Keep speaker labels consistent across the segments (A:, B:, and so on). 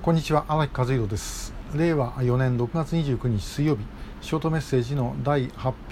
A: こんにちは、荒木和弘です。令和4年6月29日水曜日、ショートメッセージの第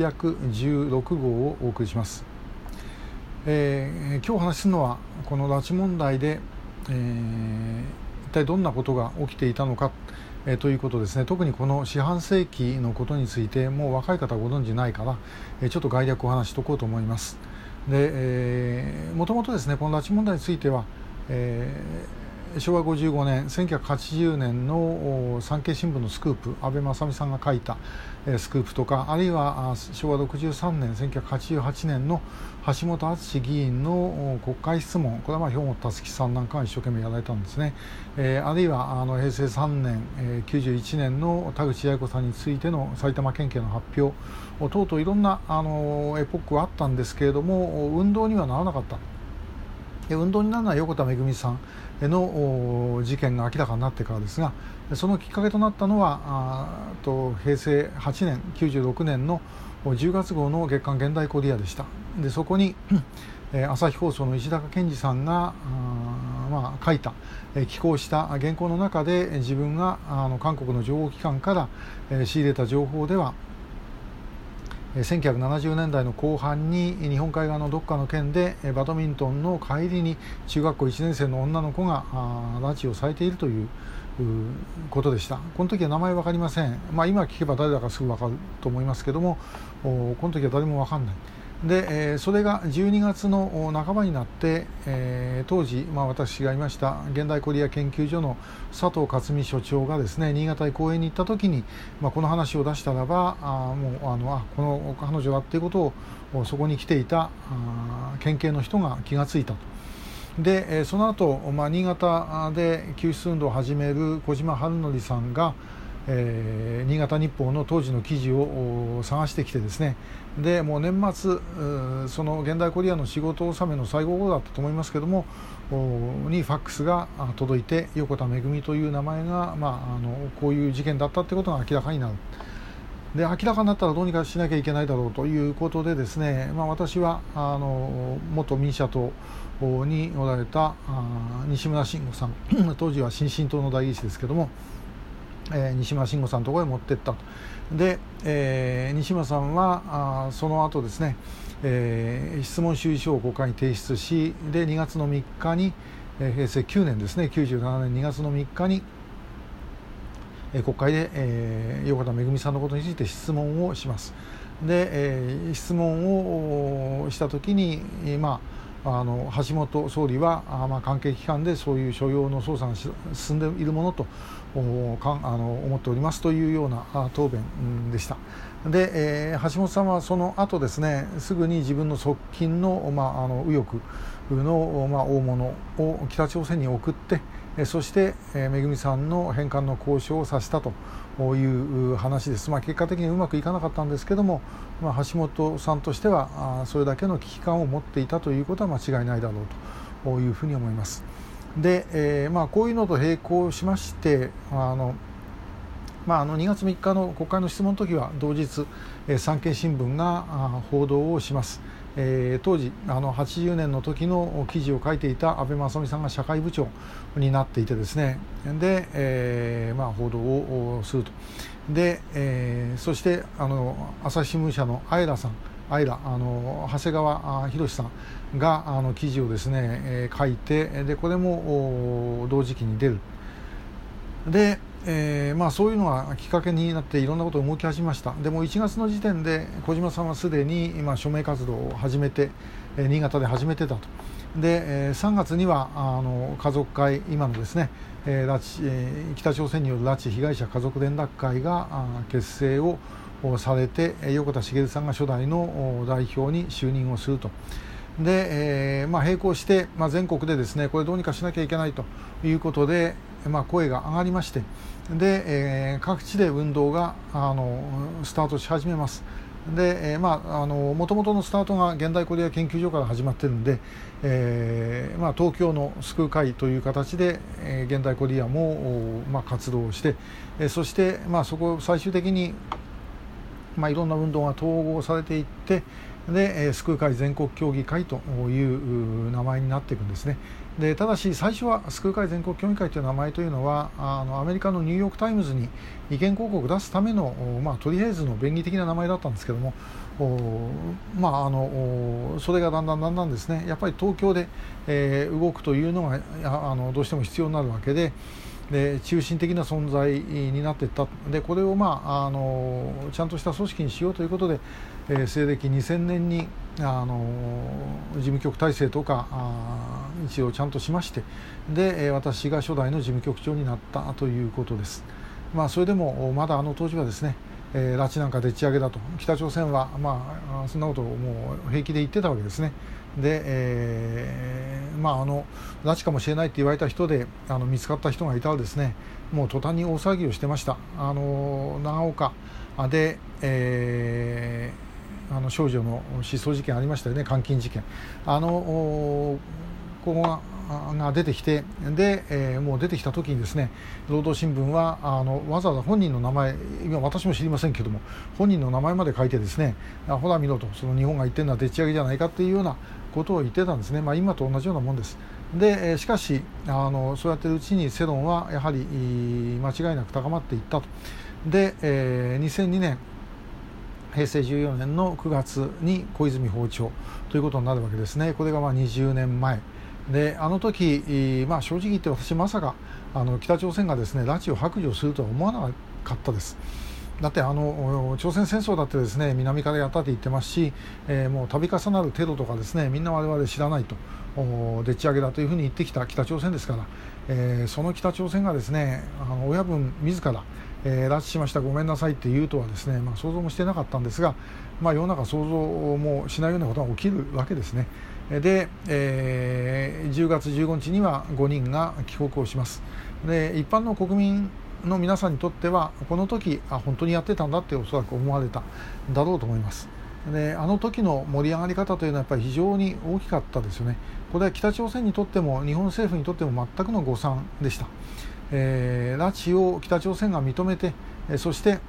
A: 816号をお送りします。今日お話しするのはこの拉致問題で、一体どんなことが起きていたのか、ということですね。特にこの四半世紀のことについてもう若い方ご存じないから、ちょっと概略お話しとこうと思います。で、もともとですね、この拉致問題については、昭和55年1980年の産経新聞のスクープ、安倍正美さんが書いたスクープとか、あるいは昭和63年1988年の橋本敦議員の国会質問、これは兵本佑樹さんなんかが一生懸命やられたんですね。あるいは平成3年91年の田口八重子さんについての埼玉県警の発表等々、いろんなエポックはあったんですけれども、運動にはならなかった。運動になるのは横田めぐみさんの事件が明らかになってからですが、そのきっかけとなったのは平成8年96年の10月号の月刊現代コリアでした。でそこに朝日放送の石高健二さんが書いた寄稿した原稿の中で、自分が韓国の情報機関から仕入れた情報では、1970年代の後半に日本海側のどっかの県でバドミントンの帰りに中学校1年生の女の子が拉致をされているということでした。この時は名前分かりません。今聞けば誰だかすぐ分かると思いますけども、この時は誰も分かんない。で、それが12月の半ばになって、当時、私がいました現代コリア研究所の佐藤克美所長がですね、新潟へ講演に行った時に、この話を出したらば、この彼女だっていうことをそこに来ていた県警の人が気がついたと。で、その後、新潟で救出運動を始める小島春則さんが、新潟日報の当時の記事を探してきてですね、でもう年末、その現代コリアの仕事納めの最後頃だったと思いますけどもにファックスが届いて、横田めぐみという名前が、こういう事件だったということが明らかになる。で明らかになったらどうにかしなきゃいけないだろうということでですね、私は元民社党におられた西村慎吾さん当時は新進党の代議士ですけども、西村慎吾さんのところへ持っていったと。で、西村さんはその後ですね、質問主意書を国会に提出し、で2月の3日に、平成9年ですね、97年2月の3日に国会で、横田めぐみさんのことについて質問をします。で、質問をしたときに、橋本総理は関係機関でそういう所要の捜査が進んでいるものと思っておりますというような答弁でした。で、橋本さんはその後ですね、すぐに自分の側近の、右翼の、大物を北朝鮮に送って、そしてめぐみさんの返還の交渉をさせたという話です。結果的にうまくいかなかったんですけども、橋本さんとしてはそれだけの危機感を持っていたということは間違いないだろうというふうに思います。で、こういうのと並行しまして2月3日の国会の質問の時は同日産経新聞が報道をします。当時80年の時の記事を書いていた安倍正美さんが社会部長になっていてですね、で、報道をすると。で、そして朝日新聞社の長谷川博さんが記事をですね、書いて、でこれも同時期に出る。で、そういうのがきっかけになっていろんなことを動き始めました。でも1月の時点で小島さんはすでに今署名活動を始めて、新潟で始めてたと。で、3月には家族会、今のですね、北朝鮮による拉致被害者家族連絡会が結成をされて、横田滋さんが初代の代表に就任をすると。で、並行して、全国でですね、これどうにかしなきゃいけないということで、声が上がりまして、で、各地で運動がスタートし始めます。で、もともとのスタートが現代コリア研究所から始まっているので、東京の救う会という形で、現代コリアも、活動をして、そして、そこを最終的に、いろんな運動が統合されていって、で救う会全国協議会という名前になっていくんですね。 でただし最初は救う会全国協議会という名前というのはアメリカのニューヨーク・タイムズに意見広告を出すための、とりあえずの便宜的な名前だったんですけども、それがだんだんですね、やっぱり東京で、動くというのがどうしても必要になるわけで、中心的な存在になっていった。でこれを、ちゃんとした組織にしようということで、西暦2000年に事務局体制とか一応ちゃんとしまして、で私が初代の事務局長になったということです。それでもまだ当時はですね、拉致なんかでっち上げだと、北朝鮮はそんなことをもう平気で言ってたわけですね。で、拉致かもしれないって言われた人で見つかった人がいたらですね、もう途端に大騒ぎをしてました。長岡で、少女の失踪事件ありましたよね、監禁事件。ここが出てきて、で、もう出てきた時にですね、労働新聞はわざわざ本人の名前、今私も知りませんけども、本人の名前まで書いてですね、ほら見ろと、その日本が言ってるのはでっち上げじゃないかっていうようなことを言ってたんですね。今と同じようなもんです。でしかしそうやってるうちに世論はやはり間違いなく高まっていったと。で、2002年平成14年の9月に小泉訪朝ということになるわけですね。これが20年前で、時、正直言って私まさか北朝鮮がですね拉致を白状するとは思わなかったです。だって朝鮮戦争だってですね、南からやったって言ってますし、もう度重なるテロとかですね、みんな我々知らないと、でっち上げだというふうに言ってきた北朝鮮ですから、その北朝鮮がですね親分自ら拉致しましたごめんなさいって言うとはですね、想像もしてなかったんですが、世の中想像もしないようなことが起きるわけですね。で、10月15日には5人が帰国をします。で一般の国民の皆さんにとってはこの時本当にやってたんだっておそらく思われたんだろうと思います。で時の盛り上がり方というのはやっぱり非常に大きかったですよね。これは北朝鮮にとっても日本政府にとっても全くの誤算でした。拉致を北朝鮮が認めて、そして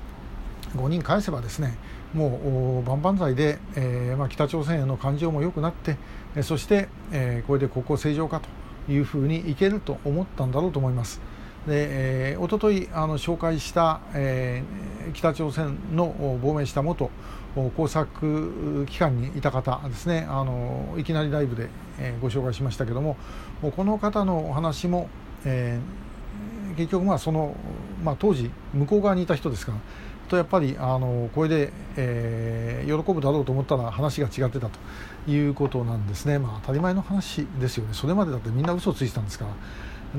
A: 5人返せばですね、もう万々歳で、北朝鮮への感情も良くなって、そして、これで国交正常化というふうにいけると思ったんだろうと思います。で、おととい紹介した、北朝鮮の亡命した元工作機関にいた方ですね、いきなりライブで、ご紹介しましたけども、この方のお話も、結局当時向こう側にいた人ですからと、やっぱりこれで、喜ぶだろうと思ったら話が違ってたということなんですね。当たり前の話ですよね。それまでだってみんな嘘をついてたんですから。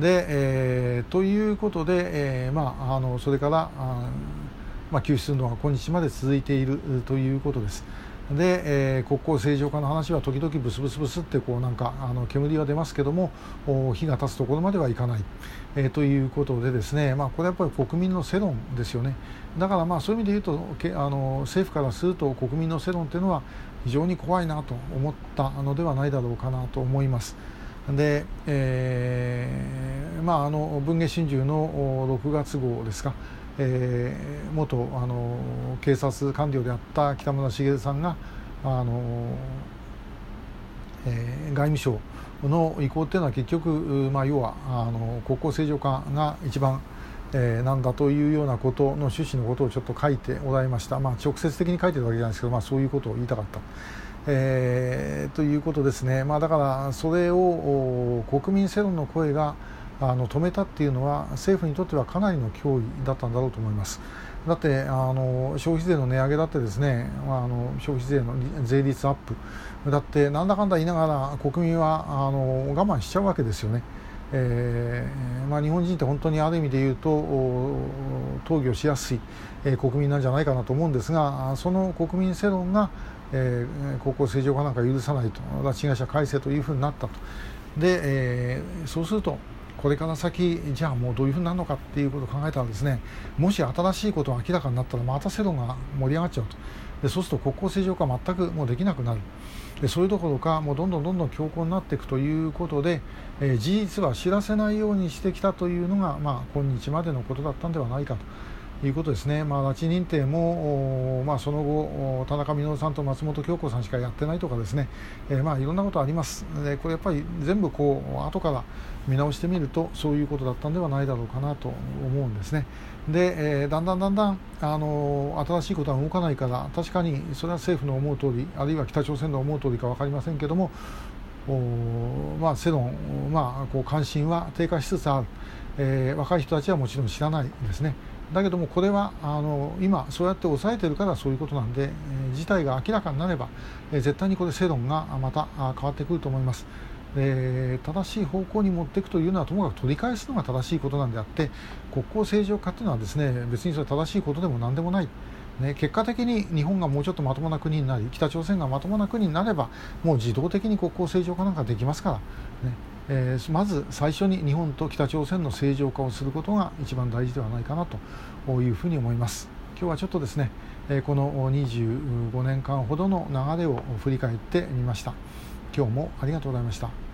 A: で、ということで、それから救出運動が今日まで続いているということです。で、国交正常化の話は時々ブスブスって煙は出ますけども、火が立つところまではいかない、ということでですね、これはやっぱり国民の世論ですよね。だからそういう意味で言うと政府からすると国民の世論というのは非常に怖いなと思ったのではないだろうかなと思います。で、文藝春秋の6月号ですか、元警察官僚であった北村茂さんが外務省の意向っていうのは結局、要は国交正常化が一番、なんだというようなことの趣旨のことをちょっと書いておられました。直接的に書いてるわけじゃないですけど、そういうことを言いたかった、ということですね。だからそれを国民世論の声が止めたっていうのは政府にとってはかなりの脅威だったんだろうと思います。だって消費税の値上げだってですね、消費税の税率アップだってなんだかんだ言いながら国民は我慢しちゃうわけですよね。日本人って本当にある意味で言うと投与しやすい、国民なんじゃないかなと思うんですが、その国民世論が、国交正常化なんか許さないと、拉致被害者改正というふうになったと。で、そうするとこれから先じゃあもうどういうふうになるのかっていうことを考えたらですね、もし新しいことが明らかになったらまた世論が盛り上がっちゃうと。でそうすると国交正常化全くもうできなくなる。でそれどころかもうどんどん強硬になっていくということで、事実は知らせないようにしてきたというのが、今日までのことだったんではないかいうことですね。拉致認定も、その後田中稔さんと松本京子さんしかやってないとかですね、いろんなことあります。でこれやっぱり全部後から見直してみるとそういうことだったんではないだろうかなと思うんですね。で、だんだん新しいことは動かないから、確かにそれは政府の思う通り、あるいは北朝鮮の思う通りか分かりませんけども、世論、関心は低下しつつある、若い人たちはもちろん知らないですね。だけどもこれは今そうやって抑えてるからそういうことなんで、事態が明らかになれば、絶対にこれ世論がまた変わってくると思います。正しい方向に持っていくというのはともかく取り返すのが正しいことなんであって、国交正常化というのはですね、別にそれは正しいことでも何でもない、結果的に日本がもうちょっとまともな国になり、北朝鮮がまともな国になればもう自動的に国交正常化なんかできますからね。まず最初に日本と北朝鮮の正常化をすることが一番大事ではないかなというふうに思います。今日はちょっとですね、この25年間ほどの流れを振り返ってみました。今日もありがとうございました。